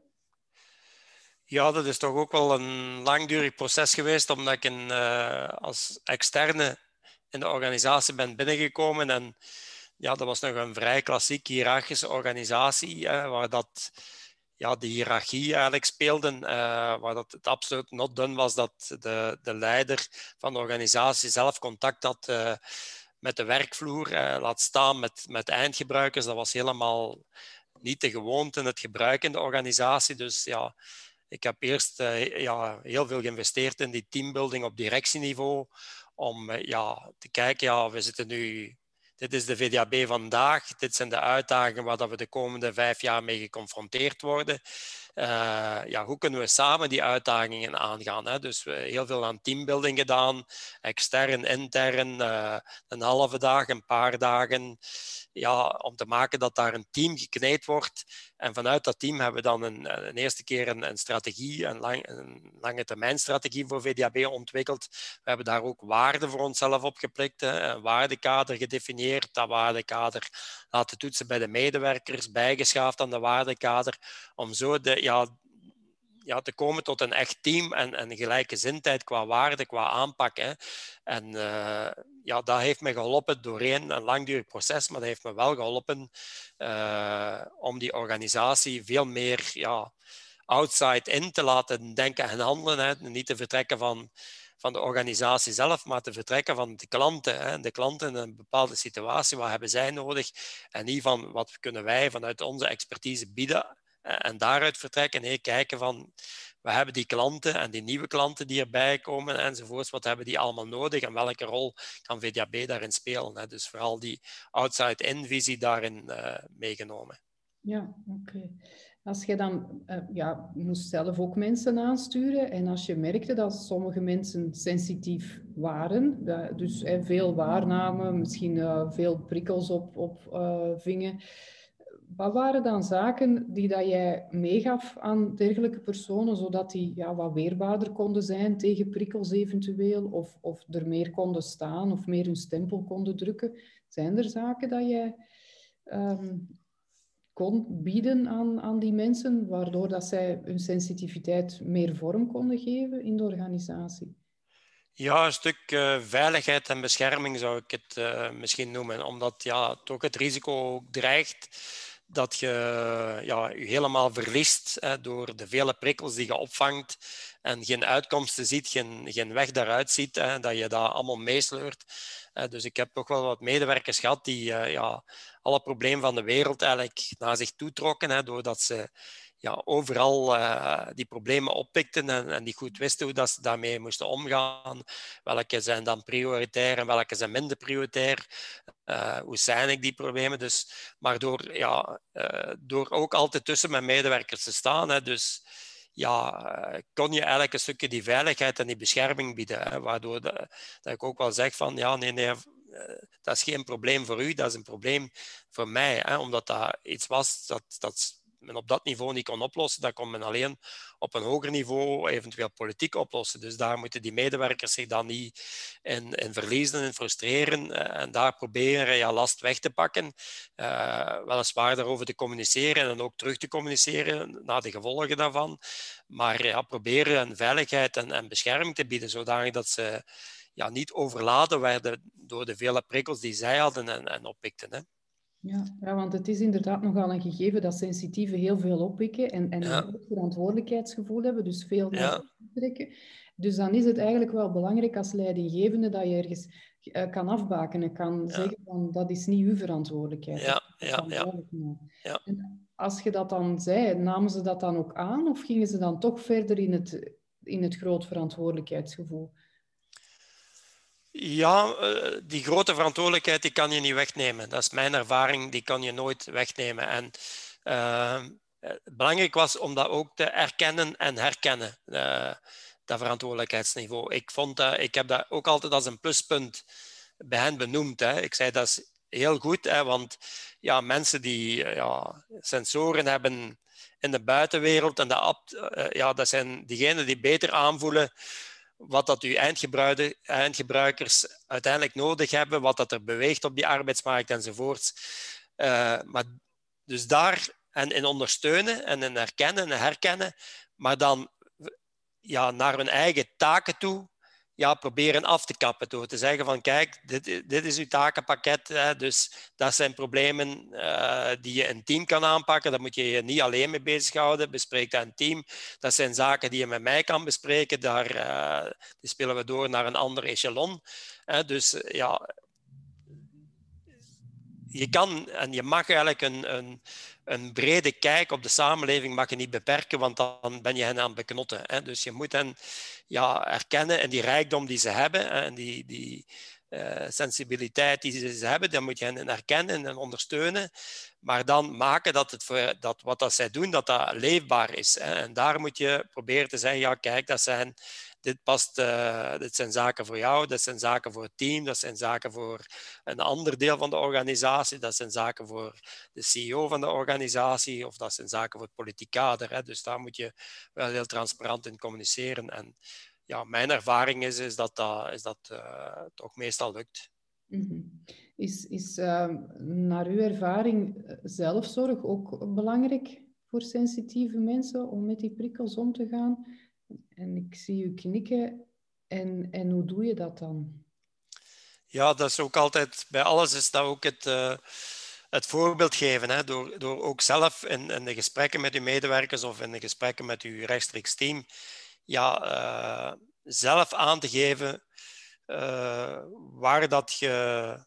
Ja, dat is toch ook wel een langdurig proces geweest, omdat ik een, uh, als externe in de organisatie ben binnengekomen. En ja, dat was nog een vrij klassiek hiërarchische organisatie, uh, waar dat, ja, de hiërarchie eigenlijk speelde, uh, waar dat het absoluut not done was dat de, de leider van de organisatie zelf contact had uh, met de werkvloer, uh, laat staan met, met eindgebruikers. Dat was helemaal niet de gewoonte, het gebruik in de organisatie. Dus ja, Ik heb eerst uh, ja, heel veel geïnvesteerd in die teambuilding op directieniveau. Om uh, ja, te kijken, ja, we zitten nu... Dit is de V D A B vandaag. Dit zijn de uitdagingen waar dat we de komende vijf jaar mee geconfronteerd worden. Uh, ja, hoe kunnen we samen die uitdagingen aangaan? Hè? Dus we hebben heel veel aan teambuilding gedaan. Extern, intern, uh, een halve dag, een paar dagen. Ja, om te maken dat daar een team gekneed wordt. En vanuit dat team hebben we dan een, een eerste keer een, een strategie, een, lang, een lange termijn strategie voor V D A B ontwikkeld. We hebben daar ook waarden voor onszelf opgeplikt, hè, een waardekader gedefinieerd. Dat waardekader laten toetsen bij de medewerkers, bijgeschaafd aan de waardekader, om zo de, ja, ja, te komen tot een echt team en, en gelijke zindheid qua waarde, qua aanpak. Hè. En uh, ja, dat heeft me geholpen doorheen een langdurig proces, maar dat heeft me wel geholpen uh, om die organisatie veel meer ja, outside in te laten denken en handelen. Hè. Niet te vertrekken van, van de organisatie zelf, maar te vertrekken van de klanten. Hè. De klanten in een bepaalde situatie, wat hebben zij nodig? En niet van wat kunnen wij vanuit onze expertise bieden. En daaruit vertrekken, nee, kijken van, we hebben die klanten en die nieuwe klanten die erbij komen enzovoorts, wat hebben die allemaal nodig en welke rol kan V D A B daarin spelen? Hè? Dus vooral die outside-in visie daarin uh, meegenomen. Ja, oké. Okay. Als je dan, uh, ja, moest zelf ook mensen aansturen en als je merkte dat sommige mensen sensitief waren, dat, dus uh, veel waarnamen, misschien uh, veel prikkels op, op uh, vingen, wat waren dan zaken die dat jij meegaf aan dergelijke personen, zodat die ja, wat weerbaarder konden zijn tegen prikkels eventueel, of, of er meer konden staan, of meer hun stempel konden drukken? Zijn er zaken dat jij um, kon bieden aan, aan die mensen, waardoor dat zij hun sensitiviteit meer vorm konden geven in de organisatie? Ja, een stuk uh, veiligheid en bescherming zou ik het uh, misschien noemen, omdat ja, toch het risico dreigt dat je ja, je helemaal verliest hè, door de vele prikkels die je opvangt en geen uitkomsten ziet, geen, geen weg daaruit ziet, hè, dat je dat allemaal meesleurt. Uh, dus ik heb toch wel wat medewerkers gehad die uh, ja, alle problemen van de wereld eigenlijk naar zich toe trokken, hè, doordat ze ja, overal uh, die problemen oppikten en, en die goed wisten hoe dat ze daarmee moesten omgaan. Welke zijn dan prioritair en welke zijn minder prioritair? Uh, hoe zijn ik die problemen? Dus, maar door, ja, uh, door ook altijd tussen mijn medewerkers te staan, hè, dus ja, uh, kon je eigenlijk een stukje die veiligheid en die bescherming bieden. Hè, waardoor de, dat ik ook wel zeg van, ja, nee, nee, uh, dat is geen probleem voor u, dat is een probleem voor mij. Hè, omdat dat iets was dat... dat men op dat niveau niet kon oplossen. Dat kon men alleen op een hoger niveau eventueel politiek oplossen. Dus daar moeten die medewerkers zich dan niet in, in verliezen en frustreren uh, en daar proberen ja, last weg te pakken. Uh, weliswaar daarover te communiceren en ook terug te communiceren naar de gevolgen daarvan. Maar ja, proberen een veiligheid en, en bescherming te bieden, zodanig dat ze ja, niet overladen werden door de vele prikkels die zij hadden en, en oppikten. Hè. Ja, ja, want het is inderdaad nogal een gegeven dat sensitieven heel veel oppikken en, en Ja. een groot verantwoordelijkheidsgevoel hebben, dus veel naar Ja. zich trekken. Dus dan is het eigenlijk wel belangrijk als leidinggevende dat je ergens uh, kan afbakenen, kan Ja. zeggen van dat is niet uw verantwoordelijkheid. Ja, ja, ja. Ja. En als je dat dan zei, namen ze dat dan ook aan of gingen ze dan toch verder in het, in het groot verantwoordelijkheidsgevoel? Ja, die grote verantwoordelijkheid die kan je niet wegnemen. Dat is mijn ervaring, die kan je nooit wegnemen. En uh, belangrijk was om dat ook te erkennen en herkennen, uh, dat verantwoordelijkheidsniveau. Ik, vond dat, ik heb dat ook altijd als een pluspunt bij hen benoemd. Hè. Ik zei dat is heel goed, hè, want ja, mensen die ja, sensoren hebben in de buitenwereld, en dat, uh, ja, dat zijn diegenen die beter aanvoelen wat dat uw eindgebruikers uiteindelijk nodig hebben, wat dat er beweegt op die arbeidsmarkt enzovoorts. Uh, maar dus daar en in ondersteunen en in herkennen en herkennen, maar dan ja, naar hun eigen taken toe ja, proberen af te kappen door te zeggen van kijk, dit, dit is uw takenpakket, hè, dus dat zijn problemen uh, die je in team kan aanpakken. Daar moet je je niet alleen mee bezighouden. Bespreek dat in team. Dat zijn zaken die je met mij kan bespreken. Daar uh, die spelen we door naar een ander echelon. Hè, dus ja, je kan en je mag eigenlijk een, een, een brede kijk op de samenleving mag je niet beperken, want dan ben je hen aan het beknotten. Hè. Dus je moet hen ja, erkennen en die rijkdom die ze hebben en die, die uh, sensibiliteit die ze, ze hebben, dan moet je hen erkennen en ondersteunen. Maar dan maken dat, het voor, dat wat dat zij doen, dat dat leefbaar is. Hè. En daar moet je proberen te zeggen, ja kijk, dat zijn... Dit, past, uh, dit zijn zaken voor jou, dat zijn zaken voor het team, dat zijn zaken voor een ander deel van de organisatie, dat zijn zaken voor de C E O van de organisatie of dat zijn zaken voor het politiek kader. Hè. Dus daar moet je wel heel transparant in communiceren. En ja, mijn ervaring is, is dat dat, is dat uh, toch meestal lukt. Mm-hmm. Is, is uh, naar uw ervaring zelfzorg ook belangrijk voor sensitieve mensen om met die prikkels om te gaan? En ik zie u knikken. En, en hoe doe je dat dan? Ja, dat is ook altijd, bij alles is dat ook het, uh, het voorbeeld geven. Hè? Door, door ook zelf in, in de gesprekken met uw medewerkers of in de gesprekken met uw rechtstreeks team, ja, uh, zelf aan te geven uh, waar dat je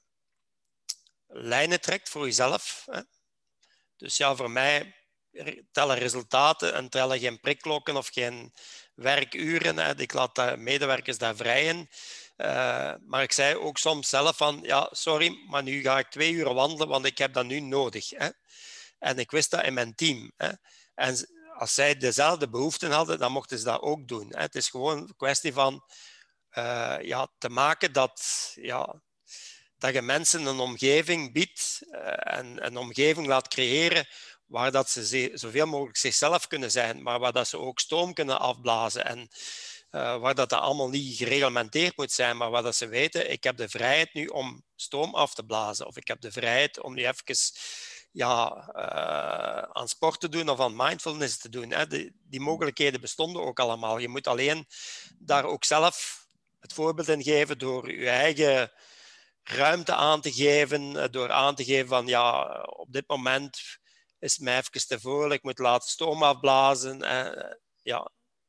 lijnen trekt voor jezelf. Hè? Dus ja, voor mij tellen resultaten en tellen geen prikklokken of geen werkuren. Hè. Ik laat de medewerkers daar vrij in. Uh, maar ik zei ook soms zelf van, ja, sorry, maar nu ga ik twee uur wandelen, want ik heb dat nu nodig. Hè. En ik wist dat in mijn team. Hè. En als zij dezelfde behoeften hadden, dan mochten ze dat ook doen. Hè. Het is gewoon een kwestie van uh, ja, te maken dat... Ja, dat je mensen een omgeving biedt uh, en een omgeving laat creëren waar dat ze zoveel mogelijk zichzelf kunnen zijn, maar waar dat ze ook stoom kunnen afblazen en uh, waar dat, dat allemaal niet gereglementeerd moet zijn, maar waar dat ze weten, ik heb de vrijheid nu om stoom af te blazen of ik heb de vrijheid om nu even ja, uh, aan sport te doen of aan mindfulness te doen. Hè. Die, die mogelijkheden bestonden ook allemaal. Je moet alleen daar ook zelf het voorbeeld in geven door je eigen ruimte aan te geven, door aan te geven van ja, op dit moment is het mij even te veel, ik moet laten stoom afblazen. En, ja,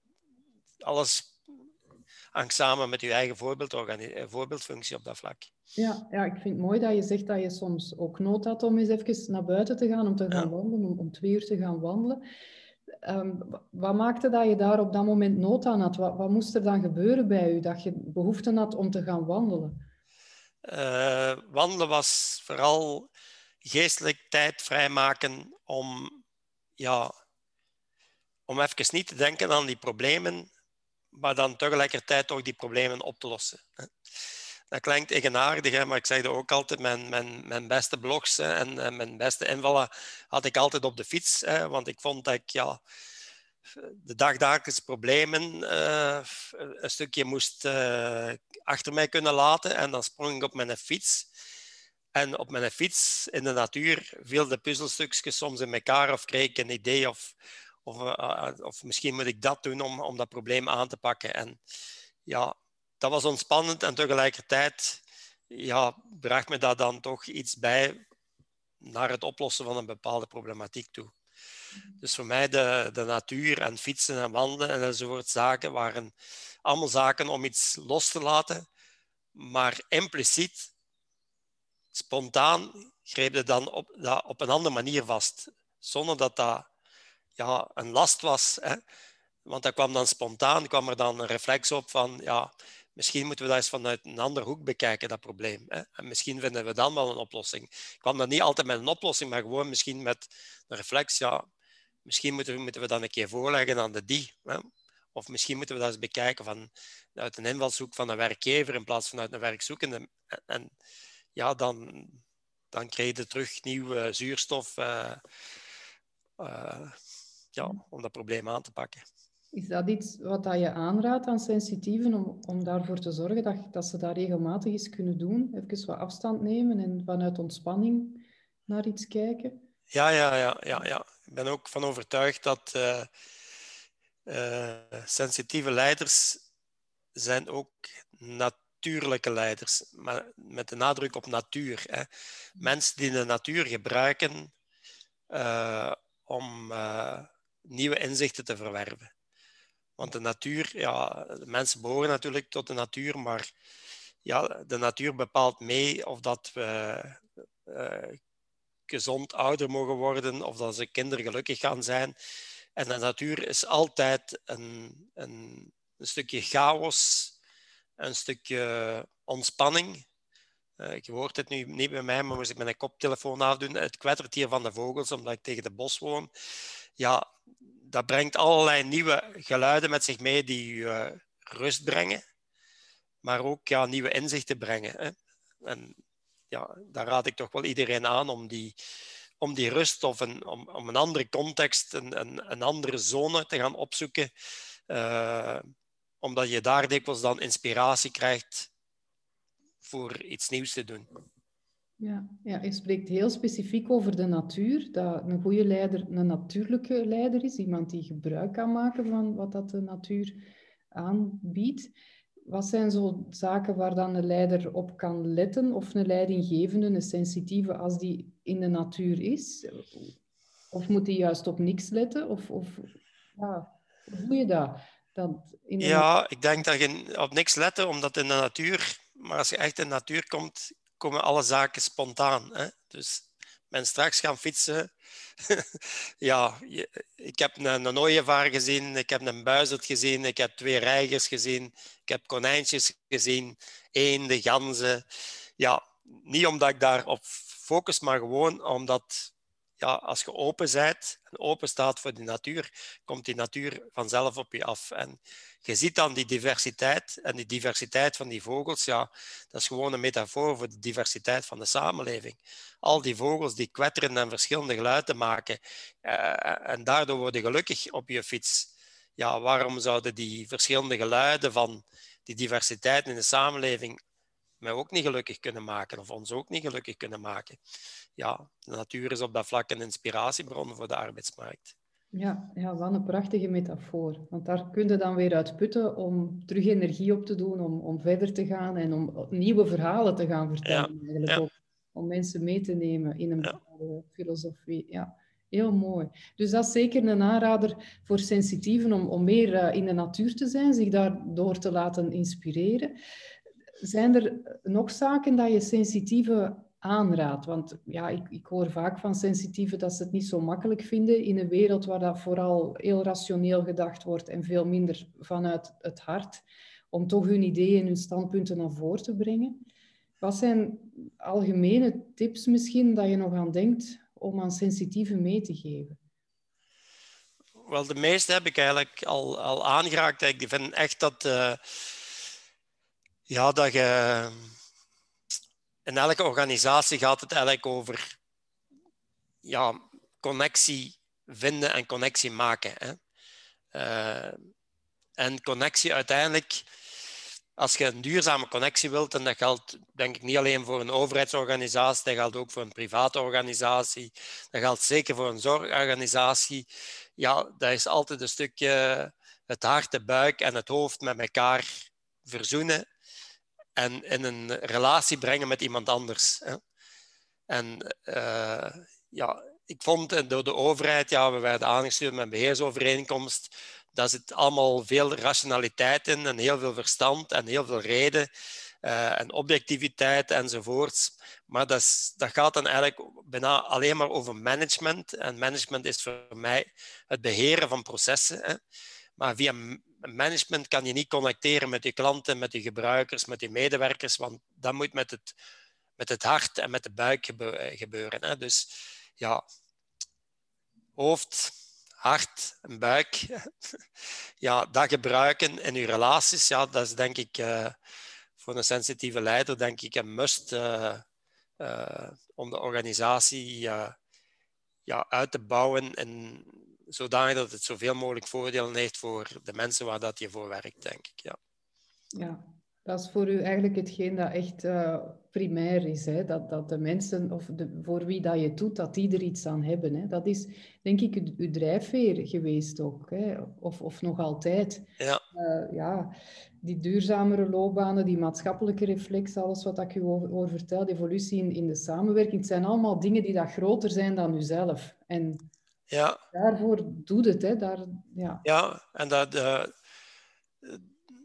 alles hangt samen met je eigen voorbeeld, voorbeeldfunctie op dat vlak. Ja, ja, ik vind het mooi dat je zegt dat je soms ook nood had om eens even naar buiten te gaan, om te gaan ja. wandelen, om, om twee uur te gaan wandelen. Um, wat maakte dat je daar op dat moment nood aan had? Wat, wat moest er dan gebeuren bij u, dat je behoefte had om te gaan wandelen? Uh, wandelen was vooral geestelijk tijd vrijmaken om, ja, om even niet te denken aan die problemen, maar dan tegelijkertijd toch die problemen op te lossen. Dat klinkt eigenaardig, hè, maar ik zeg ook altijd, mijn, mijn, mijn beste blogs hè, en, en mijn beste invallen had ik altijd op de fiets, hè, want ik vond dat ik ja, de dagdagelijkse problemen uh, een stukje moest uh, achter mij kunnen laten en dan sprong ik op mijn fiets. En op mijn fiets in de natuur viel de puzzelstukjes soms in elkaar of kreeg ik een idee of, of, uh, of misschien moet ik dat doen om, om dat probleem aan te pakken. En ja, dat was ontspannend en tegelijkertijd ja, bracht me dat dan toch iets bij naar het oplossen van een bepaalde problematiek toe. Dus voor mij de, de natuur en fietsen en wandelen en enzovoort zaken waren allemaal zaken om iets los te laten, maar impliciet, spontaan greep je dan op, dat op een andere manier vast, zonder dat dat ja, een last was. Hè? Want dat kwam dan spontaan, kwam er dan een reflex op van ja, misschien moeten we dat eens vanuit een andere hoek bekijken, dat probleem. Hè? En misschien vinden we dan wel een oplossing. Ik kwam dan niet altijd met een oplossing, maar gewoon misschien met een reflex, ja, misschien moeten we, moeten we dan een keer voorleggen aan de die. Hè? Of misschien moeten we dat eens bekijken van, uit een invalshoek van een werkgever in plaats van uit een werkzoekende. En, en ja, dan, dan krijg je terug nieuwe zuurstof uh, uh, ja, om dat probleem aan te pakken. Is dat iets wat je aanraadt aan sensitieven om, om daarvoor te zorgen dat, dat ze dat regelmatig eens kunnen doen? Even wat afstand nemen en vanuit ontspanning naar iets kijken? Ja, ja, ja, ja, ja. Ik ben ook van overtuigd dat uh, uh, sensitieve leiders zijn ook natuurlijke leiders, maar met de nadruk op natuur. Hè. Mensen die de natuur gebruiken uh, om uh, nieuwe inzichten te verwerven. Want de natuur, ja, de mensen behoren natuurlijk tot de natuur, maar ja, de natuur bepaalt mee of dat we uh, gezond ouder mogen worden of dat ze kinderen gelukkig gaan zijn. En de natuur is altijd een, een, een stukje chaos, een stukje ontspanning. Uh, je hoort het nu niet bij mij, maar moest ik met een koptelefoon afdoen. Het kwettert hier van de vogels, omdat ik tegen de bos woon. Ja, dat brengt allerlei nieuwe geluiden met zich mee die je uh, rust brengen, maar ook ja, nieuwe inzichten brengen. Hè. En ja, daar raad ik toch wel iedereen aan om die, om die rust of een, om, om een andere context, een, een, een andere zone te gaan opzoeken. Uh, omdat je daar dikwijls dan inspiratie krijgt voor iets nieuws te doen. Ja, ja, je spreekt heel specifiek over de natuur. Dat een goede leider een natuurlijke leider is. Iemand die gebruik kan maken van wat dat de natuur aanbiedt. Wat zijn zo zaken waar dan een leider op kan letten? Of een leidinggevende, een sensitieve, als die in de natuur is? Of moet hij juist op niks letten? Of, of ja, hoe doe je dat? dat in de ja, natuur... ik denk dat je op niks letten, omdat in de natuur... Maar als je echt in de natuur komt, komen alle zaken spontaan. Hè? Dus men straks gaan fietsen. ja, je, ik heb een, een ooievaar gezien, ik heb een buizerd gezien, ik heb twee reigers gezien, ik heb konijntjes gezien, eenden, ganzen. Ja, niet omdat ik daarop focus, maar gewoon omdat... Ja, als je open bent en open staat voor de natuur, komt die natuur vanzelf op je af. En je ziet dan die diversiteit en die diversiteit van die vogels, ja, dat is gewoon een metafoor voor de diversiteit van de samenleving. Al die vogels die kwetteren en verschillende geluiden maken uh, en daardoor worden gelukkig op je fiets. Ja, waarom zouden die verschillende geluiden van die diversiteit in de samenleving mij ook niet gelukkig kunnen maken of ons ook niet gelukkig kunnen maken? Ja, de natuur is op dat vlak een inspiratiebron voor de arbeidsmarkt. Ja, ja, wat een prachtige metafoor. Want daar kun je dan weer uit putten om terug energie op te doen, om, om verder te gaan en om nieuwe verhalen te gaan vertellen. Ja, Eigenlijk ja. ook, om mensen mee te nemen in een Ja. bepaalde filosofie. Ja, heel mooi. Dus dat is zeker een aanrader voor sensitieven om, om meer uh, in de natuur te zijn, zich daardoor te laten inspireren. Zijn er nog zaken dat je sensitieven aanraadt? Want ja, ik, ik hoor vaak van sensitieven dat ze het niet zo makkelijk vinden in een wereld waar dat vooral heel rationeel gedacht wordt en veel minder vanuit het hart, om toch hun ideeën en hun standpunten naar voren te brengen. Wat zijn algemene tips misschien dat je nog aan denkt om aan sensitieven mee te geven? Wel, de meeste heb ik eigenlijk al, al aangeraakt. Ik vind echt dat, uh, ja, dat je... In elke organisatie gaat het eigenlijk over ja, connectie vinden en connectie maken. Hè. Uh, en connectie uiteindelijk, als je een duurzame connectie wilt, en dat geldt denk ik niet alleen voor een overheidsorganisatie, dat geldt ook voor een private organisatie, dat geldt zeker voor een zorgorganisatie, ja, dat is altijd een stukje het hart, de buik en het hoofd met elkaar verzoenen en in een relatie brengen met iemand anders. Hè. En uh, ja, ik vond door de overheid, ja, we werden aangestuurd met een beheersovereenkomst, daar zit allemaal veel rationaliteit in en heel veel verstand en heel veel reden uh, en objectiviteit enzovoorts. Maar dat, is, dat gaat dan eigenlijk bijna alleen maar over management. En management is voor mij het beheren van processen. Hè. Maar via management kan je niet connecteren met je klanten, met je gebruikers, met je medewerkers, want dat moet met het, met het hart en met de buik gebeuren. Hè. Dus ja, hoofd, hart en buik, ja, dat gebruiken in je relaties, ja, dat is denk ik uh, voor een sensitieve leider denk ik een must uh, uh, om de organisatie uh, ja, uit te bouwen en zodanig dat het zoveel mogelijk voordelen heeft voor de mensen waar dat je voor werkt, denk ik. Ja, ja, dat is voor u eigenlijk hetgeen dat echt uh, primair is. Hè? Dat, dat de mensen of de, voor wie dat je het doet, dat die er iets aan hebben. Hè? Dat is, denk ik, uw, uw drijfveer geweest ook. Hè? Of, of nog altijd. ja. Uh, ja, die duurzamere loopbanen, die maatschappelijke reflex, alles wat ik u over, over vertel, de evolutie in, in de samenwerking, het zijn allemaal dingen die dat groter zijn dan uzelf. En ja. daarvoor doet het. Hè? Daar, ja. ja, en dat... Uh,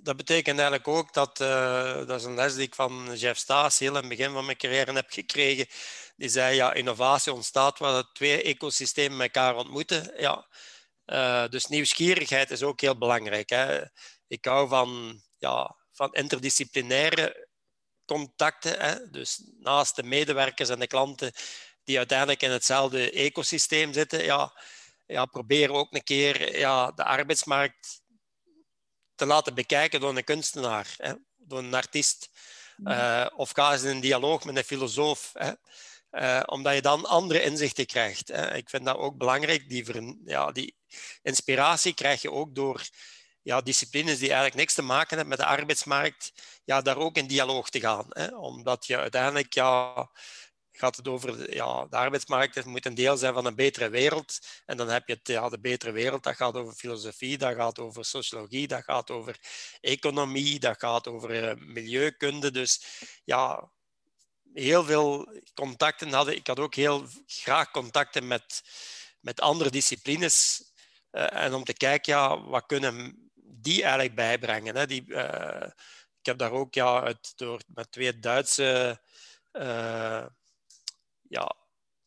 dat betekent eigenlijk ook dat, uh, dat is een les die ik van Jeff Staes heel in het begin van mijn carrière heb gekregen. Die zei, ja, innovatie ontstaat waar de twee ecosystemen elkaar ontmoeten. Ja. Uh, dus nieuwsgierigheid is ook heel belangrijk. Hè. Ik hou van, ja, van interdisciplinaire contacten. Hè. Dus naast de medewerkers en de klanten die uiteindelijk in hetzelfde ecosysteem zitten, ja, ja, probeer ook een keer ja, de arbeidsmarkt te laten bekijken door een kunstenaar, hè, door een artiest. Uh, of ga eens in een dialoog met een filosoof. Hè. Uh, omdat je dan andere inzichten krijgt. Hè. Ik vind dat ook belangrijk. Die, ver, ja, die inspiratie krijg je ook door ja, disciplines die eigenlijk niks te maken hebben met de arbeidsmarkt, ja, daar ook in dialoog te gaan. Hè. Omdat je uiteindelijk... Ja, gaat het over de, ja, de arbeidsmarkt. Het moet een deel zijn van een betere wereld. En dan heb je het, ja, de betere wereld. Dat gaat over filosofie, dat gaat over sociologie, dat gaat over economie, dat gaat over uh, milieukunde. Dus ja, heel veel contacten hadden. Ik had ook heel graag contacten met, met andere disciplines. Uh, en om te kijken, ja, wat kunnen die eigenlijk bijbrengen. Hè? Die, uh, ik heb daar ook ja, het, door, met twee Duitse... Uh, ja,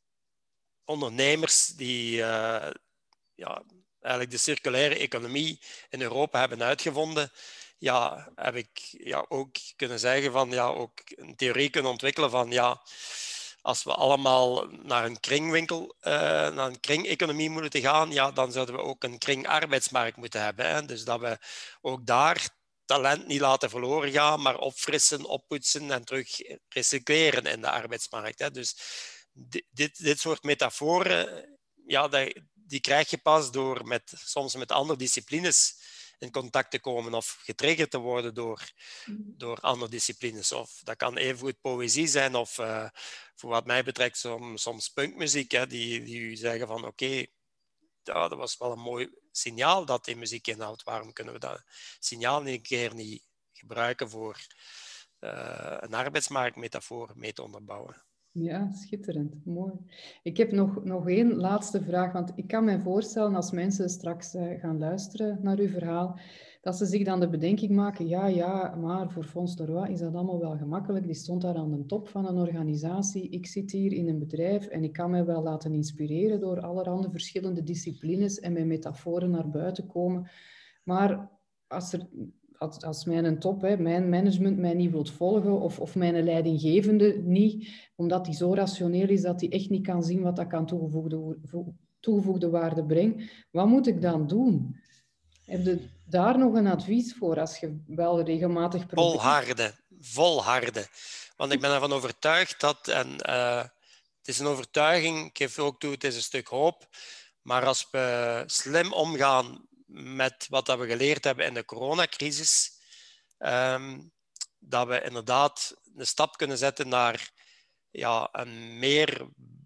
ondernemers die uh, ja, eigenlijk de circulaire economie in Europa hebben uitgevonden, ja, heb ik ja, ook kunnen zeggen van, ja, ook een theorie kunnen ontwikkelen van, ja, als we allemaal naar een kringwinkel, uh, naar een kringeconomie moeten gaan, ja, dan zouden we ook een kringarbeidsmarkt moeten hebben. Hè? Dus dat we ook daar talent niet laten verloren gaan, maar opfrissen, oppoetsen en terug recycleren in de arbeidsmarkt. Hè? Dus dit, dit, dit soort metaforen, ja, die, die krijg je pas door met, soms met andere disciplines in contact te komen of getriggerd te worden door, door andere disciplines. Of dat kan evengoed poëzie zijn of uh, voor wat mij betreft soms, soms punkmuziek, hè, die, die zeggen van oké, okay, ja, dat was wel een mooi signaal dat die muziek inhoudt. Waarom kunnen we dat signaal een keer niet gebruiken voor uh, een arbeidsmarktmetafoor mee te onderbouwen? Ja, schitterend. Mooi. Ik heb nog, nog één laatste vraag, want ik kan me voorstellen als mensen straks uh, gaan luisteren naar uw verhaal, dat ze zich dan de bedenking maken, ja, ja, maar voor Fons de Roy is dat allemaal wel gemakkelijk. Die stond daar aan de top van een organisatie. Ik zit hier in een bedrijf en ik kan me wel laten inspireren door allerhande verschillende disciplines en met metaforen naar buiten komen. Maar als er... Als, als mijn top, hè, mijn management mij niet wilt volgen of, of mijn leidinggevende niet, omdat die zo rationeel is dat hij echt niet kan zien wat dat aan toegevoegde, toegevoegde waarde brengt, wat moet ik dan doen? Heb je daar nog een advies voor als je wel regelmatig probeert? Volharden, volharden. Want ik ben ervan overtuigd dat, en uh, het is een overtuiging, ik geef ook toe, het is een stuk hoop, maar als we slim omgaan met wat we geleerd hebben in de coronacrisis, um, dat we inderdaad een stap kunnen zetten naar ja, een meer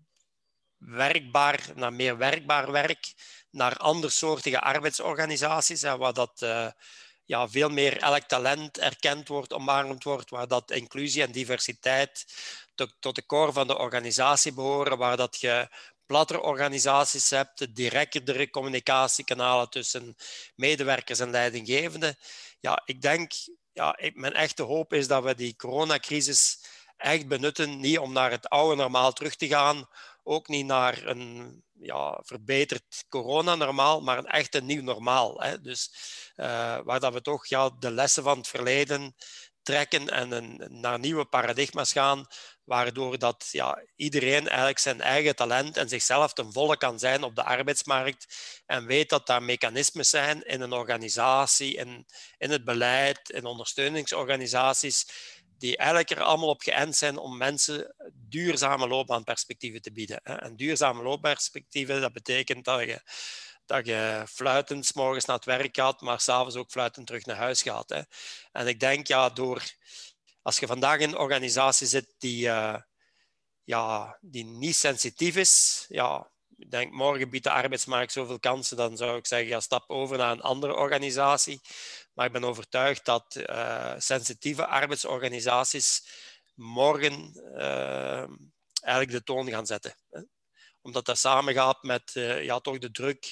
werkbaar, naar meer werkbaar werk, naar andersoortige arbeidsorganisaties, hè, waar dat uh, ja, veel meer elk talent erkend wordt, omarmd wordt, waar dat inclusie en diversiteit tot, tot de core van de organisatie behoren, waar dat je plattere organisaties hebt, directere communicatiekanalen tussen medewerkers en leidinggevenden. Ja, ik denk, ja, ik, mijn echte hoop is dat we die coronacrisis echt benutten, niet om naar het oude normaal terug te gaan, ook niet naar een ja, verbeterd corona-normaal, maar een echt een nieuw normaal. Hè? Dus uh, waar dat we toch ja, de lessen van het verleden trekken en een, naar nieuwe paradigma's gaan, waardoor dat, ja, iedereen eigenlijk zijn eigen talent en zichzelf ten volle kan zijn op de arbeidsmarkt en weet dat daar mechanismes zijn in een organisatie, in, in het beleid, in ondersteuningsorganisaties, die eigenlijk er allemaal op geënt zijn om mensen duurzame loopbaanperspectieven te bieden. En duurzame loopbaanperspectieven, dat betekent dat je, dat je fluitend 's morgens naar het werk gaat, maar 's avonds ook fluitend terug naar huis gaat. En ik denk, ja, door, als je vandaag in een organisatie zit die, uh, ja, die niet sensitief is, ja, ik denk, morgen biedt de arbeidsmarkt zoveel kansen, dan zou ik zeggen, ja, stap over naar een andere organisatie. Maar ik ben overtuigd dat uh, sensitieve arbeidsorganisaties morgen uh, eigenlijk de toon gaan zetten. Hè? Omdat dat samengaat met uh, ja, toch de druk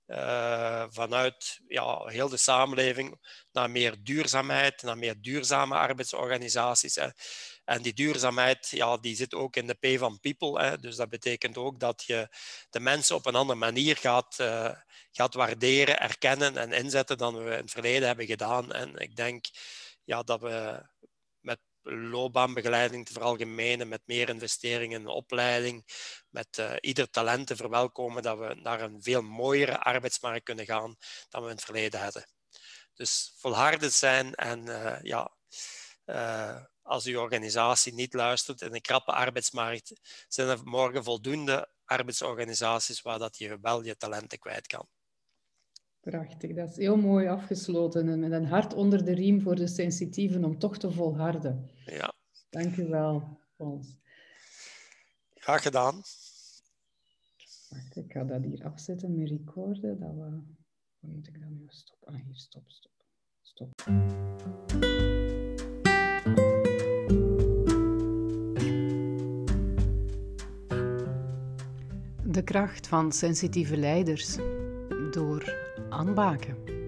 uh, vanuit ja, heel de samenleving naar meer duurzaamheid, naar meer duurzame arbeidsorganisaties. Hè. En die duurzaamheid, ja, die zit ook in de P van people. Hè. Dus dat betekent ook dat je de mensen op een andere manier gaat, uh, gaat waarderen, erkennen en inzetten dan we in het verleden hebben gedaan. En ik denk ja, dat we met loopbaanbegeleiding te veralgemenen, met meer investeringen in opleiding, met uh, ieder talent te verwelkomen, dat we naar een veel mooiere arbeidsmarkt kunnen gaan dan we in het verleden hadden. Dus volhardend zijn en uh, ja, uh, als uw organisatie niet luistert in een krappe arbeidsmarkt, zijn er morgen voldoende arbeidsorganisaties waar dat je wel je talenten kwijt kan. Prachtig, dat is heel mooi afgesloten en met een hart onder de riem voor de sensitieven om toch te volharden. Ja. Dank u wel, Fons. Graag gedaan. Wacht, ik ga dat hier afzetten met recorden. Dat we... Waar moet ik dan nu stoppen? Ah, hier, stop, stop, stop. De kracht van sensitieve leiders door Anne Baken.